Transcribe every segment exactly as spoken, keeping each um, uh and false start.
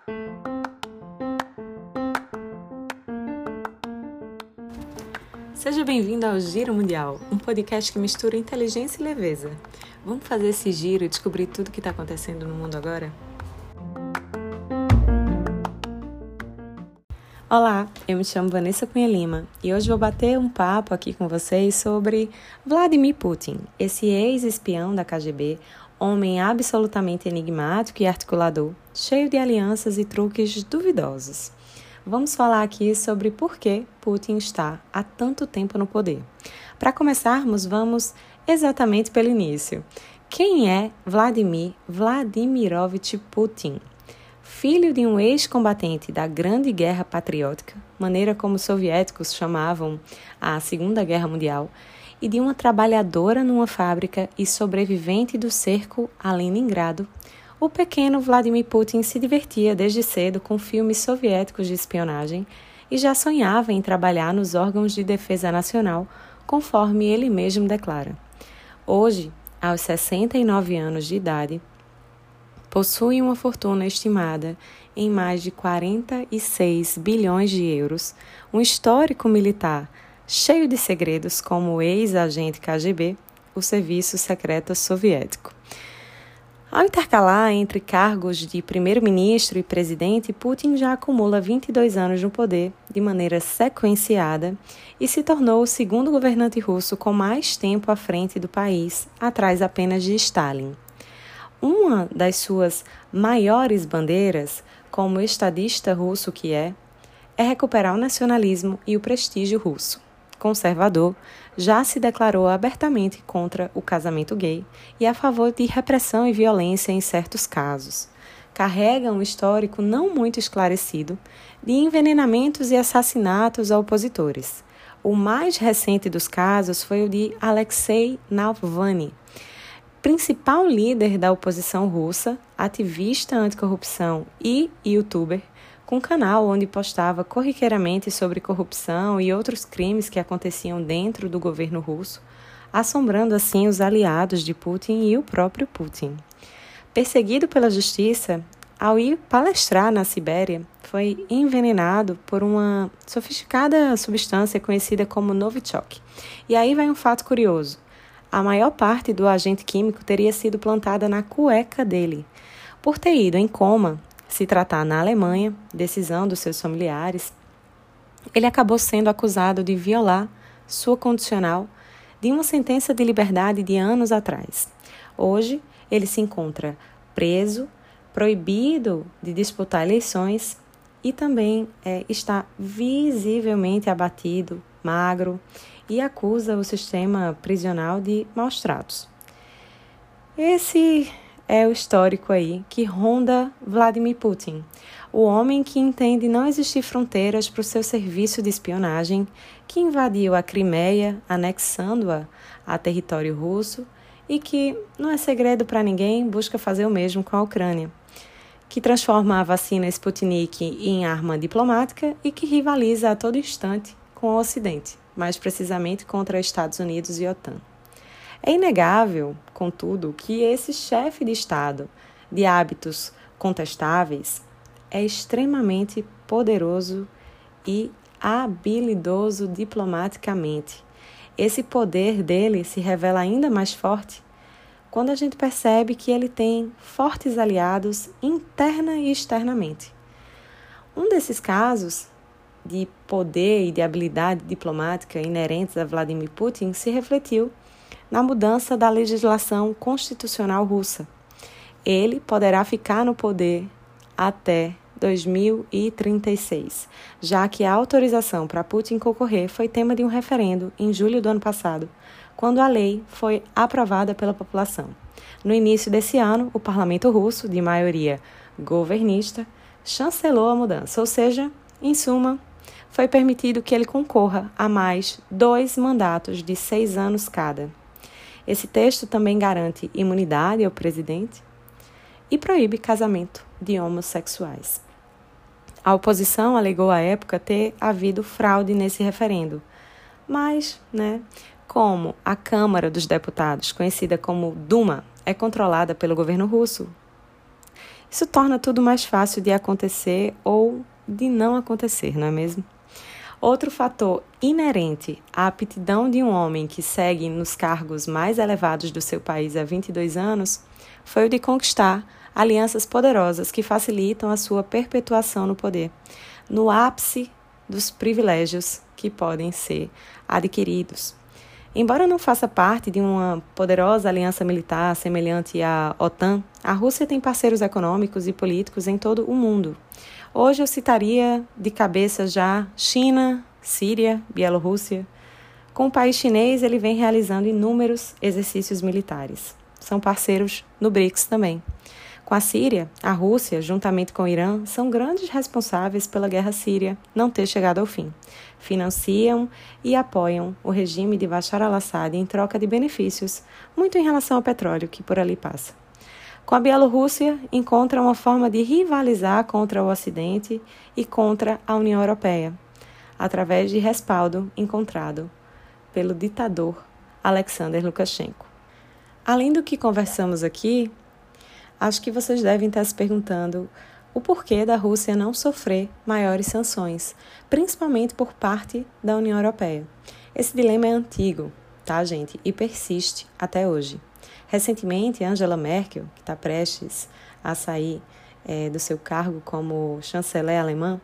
Seja bem-vindo ao Giro Mundial, um podcast que mistura inteligência e leveza. Vamos fazer esse giro e descobrir tudo o que está acontecendo no mundo agora? Olá, eu me chamo Vanessa Cunha Lima e hoje vou bater um papo aqui com vocês sobre Vladimir Putin, esse ex-espião da K G B, homem absolutamente enigmático e articulador, cheio de alianças e truques duvidosos. Vamos falar aqui sobre por que Putin está há tanto tempo no poder. Para começarmos, vamos exatamente pelo início. Quem é Vladimir Vladimirovich Putin? Filho de um ex-combatente da Grande Guerra Patriótica, maneira como os soviéticos chamavam a Segunda Guerra Mundial, e de uma trabalhadora numa fábrica e sobrevivente do cerco a Leningrado, o pequeno Vladimir Putin se divertia desde cedo com filmes soviéticos de espionagem e já sonhava em trabalhar nos órgãos de defesa nacional, conforme ele mesmo declara. Hoje, aos sessenta e nove anos de idade, possui uma fortuna estimada em mais de quarenta e seis bilhões de euros, um histórico militar cheio de segredos como o ex-agente K G B, o Serviço Secreto Soviético. Ao intercalar entre cargos de primeiro-ministro e presidente, Putin já acumula vinte e dois anos no poder de maneira sequenciada e se tornou o segundo governante russo com mais tempo à frente do país, atrás apenas de Stalin. Uma das suas maiores bandeiras, como estadista russo que é, é recuperar o nacionalismo e o prestígio russo. Conservador, já se declarou abertamente contra o casamento gay e a favor de repressão e violência em certos casos. Carrega um histórico não muito esclarecido de envenenamentos e assassinatos a opositores. O mais recente dos casos foi o de Alexei Navalny, principal líder da oposição russa, ativista anticorrupção e youtuber, com um canal onde postava corriqueiramente sobre corrupção e outros crimes que aconteciam dentro do governo russo, assombrando assim os aliados de Putin e o próprio Putin. Perseguido pela justiça, ao ir palestrar na Sibéria, foi envenenado por uma sofisticada substância conhecida como Novichok. E aí vai um fato curioso. A maior parte do agente químico teria sido plantada na cueca dele. Por ter ido em coma, se tratar na Alemanha, decisão dos seus familiares, ele acabou sendo acusado de violar sua condicional de uma sentença de liberdade de anos atrás. Hoje, ele se encontra preso, proibido de disputar eleições e também é, está visivelmente abatido, magro, e acusa o sistema prisional de maus tratos. Esse é o histórico aí que ronda Vladimir Putin, o homem que entende não existir fronteiras para o seu serviço de espionagem, que invadiu a Crimeia, anexando-a a território russo e que, não é segredo para ninguém, busca fazer o mesmo com a Ucrânia, que transforma a vacina Sputnik em arma diplomática e que rivaliza a todo instante com o Ocidente, mais precisamente contra Estados Unidos e OTAN. É inegável, contudo, que esse chefe de Estado, de hábitos contestáveis, é extremamente poderoso e habilidoso diplomaticamente. Esse poder dele se revela ainda mais forte quando a gente percebe que ele tem fortes aliados interna e externamente. Um desses casos de poder e de habilidade diplomática inerentes a Vladimir Putin se refletiu na mudança da legislação constitucional russa. Ele poderá ficar no poder até dois mil e trinta e seis, já que a autorização para Putin concorrer foi tema de um referendo em julho do ano passado, quando a lei foi aprovada pela população. No início desse ano, o parlamento russo, de maioria governista, chancelou a mudança, ou seja, em suma, foi permitido que ele concorra a mais dois mandatos de seis anos cada. Esse texto também garante imunidade ao presidente e proíbe casamento de homossexuais. A oposição alegou à época ter havido fraude nesse referendo, mas, né, como a Câmara dos Deputados, conhecida como Duma, é controlada pelo governo russo, Isso torna tudo mais fácil de acontecer ou de não acontecer, não é mesmo? Outro fator inerente à aptidão de um homem que segue nos cargos mais elevados do seu país há vinte e dois anos foi o de conquistar alianças poderosas que facilitam a sua perpetuação no poder, no ápice dos privilégios que podem ser adquiridos. Embora não faça parte de uma poderosa aliança militar semelhante à OTAN, a Rússia tem parceiros econômicos e políticos em todo o mundo. Hoje eu citaria de cabeça já China, Síria, Bielorrússia. Com o país chinês, ele vem realizando inúmeros exercícios militares. São parceiros no BRICS também. Com a Síria, a Rússia, juntamente com o Irã, são grandes responsáveis pela guerra síria não ter chegado ao fim. Financiam e apoiam o regime de Bashar al-Assad em troca de benefícios, muito em relação ao petróleo que por ali passa. Com a Bielorrússia, encontra uma forma de rivalizar contra o Ocidente e contra a União Europeia, através de respaldo encontrado pelo ditador Alexander Lukashenko. Além do que conversamos aqui, acho que vocês devem estar se perguntando o porquê da Rússia não sofrer maiores sanções, principalmente por parte da União Europeia. Esse dilema é antigo, tá, gente? E persiste até hoje. Recentemente, Angela Merkel, que está prestes a sair é, do seu cargo como chanceler alemã,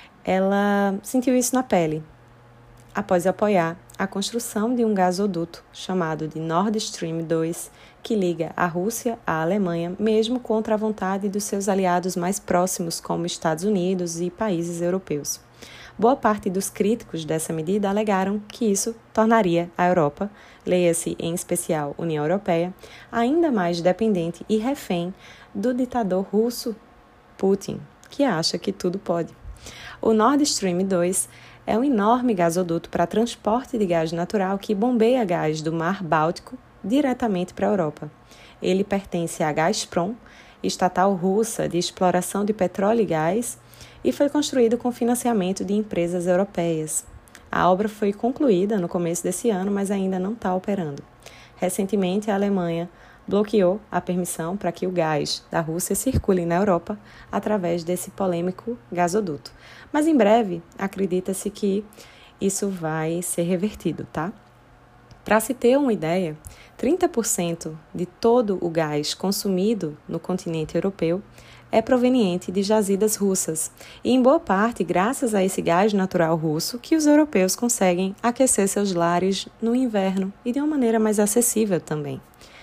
ela sentiu isso na pele, após apoiar a construção de um gasoduto chamado de Nord Stream dois, que liga a Rússia à Alemanha, mesmo contra a vontade dos seus aliados mais próximos, como Estados Unidos e países europeus. Boa parte dos críticos dessa medida alegaram que isso tornaria a Europa, leia-se em especial União Europeia, ainda mais dependente e refém do ditador russo Putin, que acha que tudo pode. O Nord Stream dois é um enorme gasoduto para transporte de gás natural que bombeia gás do Mar Báltico diretamente para a Europa. Ele pertence à Gazprom, estatal russa de exploração de petróleo e gás, e foi construído com financiamento de empresas europeias. A obra foi concluída no começo desse ano, mas ainda não está operando. Recentemente, a Alemanha bloqueou a permissão para que o gás da Rússia circule na Europa através desse polêmico gasoduto. Mas em breve, acredita-se que isso vai ser revertido, tá? Para se ter uma ideia, trinta por cento de todo o gás consumido no continente europeu é proveniente de jazidas russas, e em boa parte graças a esse gás natural russo que os europeus conseguem aquecer seus lares no inverno e de uma maneira mais acessível também.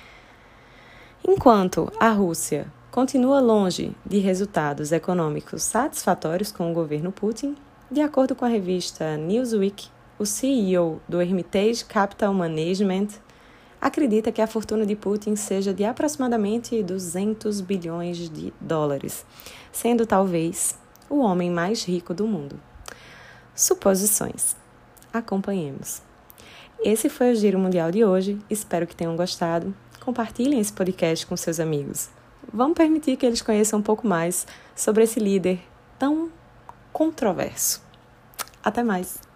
Enquanto a Rússia continua longe de resultados econômicos satisfatórios com o governo Putin, de acordo com a revista Newsweek, o C E O do Hermitage Capital Management acredita que a fortuna de Putin seja de aproximadamente duzentos bilhões de dólares, sendo talvez o homem mais rico do mundo. Suposições. Acompanhemos. Esse foi o Giro Mundial de hoje, espero que tenham gostado. Compartilhem esse podcast com seus amigos. Vamos permitir que eles conheçam um pouco mais sobre esse líder tão controverso. Até mais!